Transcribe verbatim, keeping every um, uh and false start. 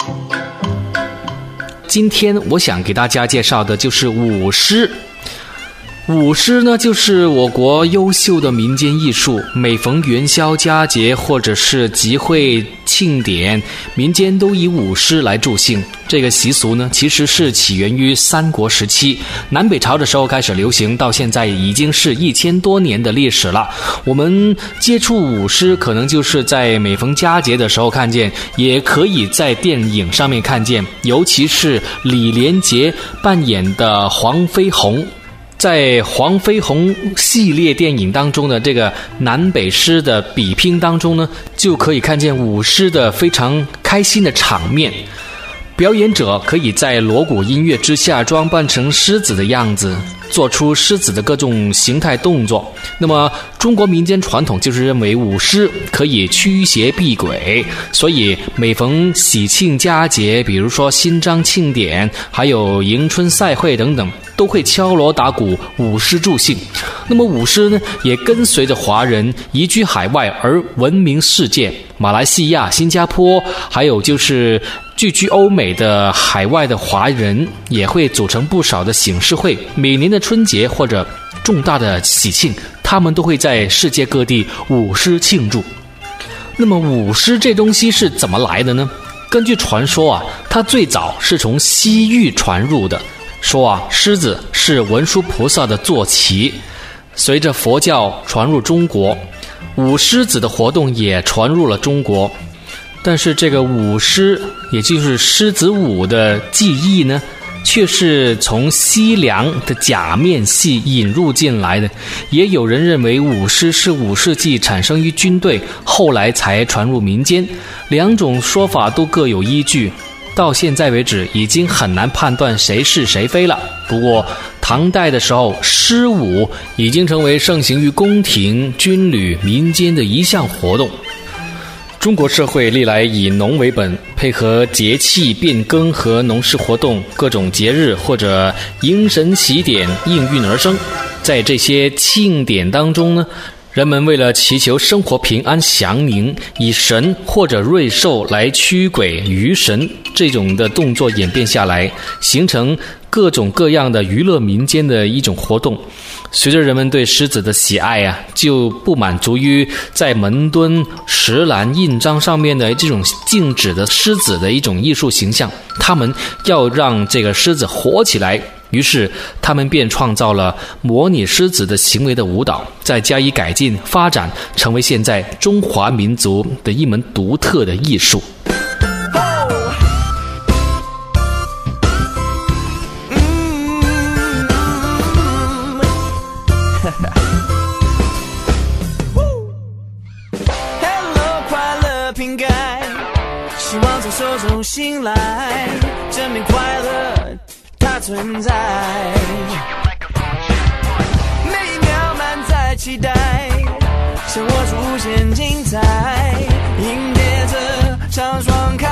今天我想给大家介绍的就是舞狮。舞狮呢，就是我国优秀的民间艺术，每逢元宵佳节或者是集会庆典，民间都以舞狮来助兴。这个习俗呢，其实是起源于三国时期，南北朝的时候开始流行，到现在已经是一千多年的历史了。我们接触舞狮，可能就是在每逢佳节的时候看见，也可以在电影上面看见，尤其是李连杰扮演的黄飞鸿。在黄飞鸿系列电影当中的这个南北狮的比拼当中呢，就可以看见舞狮的非常开心的场面。表演者可以在锣鼓音乐之下装扮成狮子的样子，做出狮子的各种形态动作。那么中国民间传统就是认为舞狮可以驱邪避鬼，所以每逢喜庆佳节，比如说新章庆典，还有迎春赛会等等，都会敲锣打鼓，舞狮助兴。那么舞狮呢，也跟随着华人移居海外而闻名世界。马来西亚、新加坡，还有就是聚居欧美的海外的华人，也会组成不少的醒狮会。每年的春节或者重大的喜庆，他们都会在世界各地舞狮庆祝。那么舞狮这东西是怎么来的呢？根据传说啊，它最早是从西域传入的。说啊，狮子是文殊菩萨的坐骑，随着佛教传入中国，舞狮子的活动也传入了中国。但是这个舞狮，也就是狮子舞的技艺呢，却是从西凉的假面戏引入进来的。也有人认为舞狮是五世纪产生于军队，后来才传入民间。两种说法都各有依据，到现在为止已经很难判断谁是谁非了。不过唐代的时候，狮舞已经成为盛行于宫廷、军旅、民间的一项活动。中国社会历来以农为本，配合节气变更和农事活动，各种节日或者迎神喜典应运而生。在这些庆典当中呢，人们为了祈求生活平安祥宁，以神或者瑞兽来驱鬼娱神，这种的动作演变下来，形成各种各样的娱乐民间的一种活动。随着人们对狮子的喜爱啊，就不满足于在门墩、石栏、印章上面的这种静止的狮子的一种艺术形象，他们要让这个狮子活起来。于是他们便创造了模拟狮子的行为的舞蹈，再加以改进发展，成为现在中华民族的一门独特的艺术。 Hello， 快乐瓶盖，希望从手中醒来，证明快乐它存在，每一秒满载期待，生活出现精彩，迎接着长双开。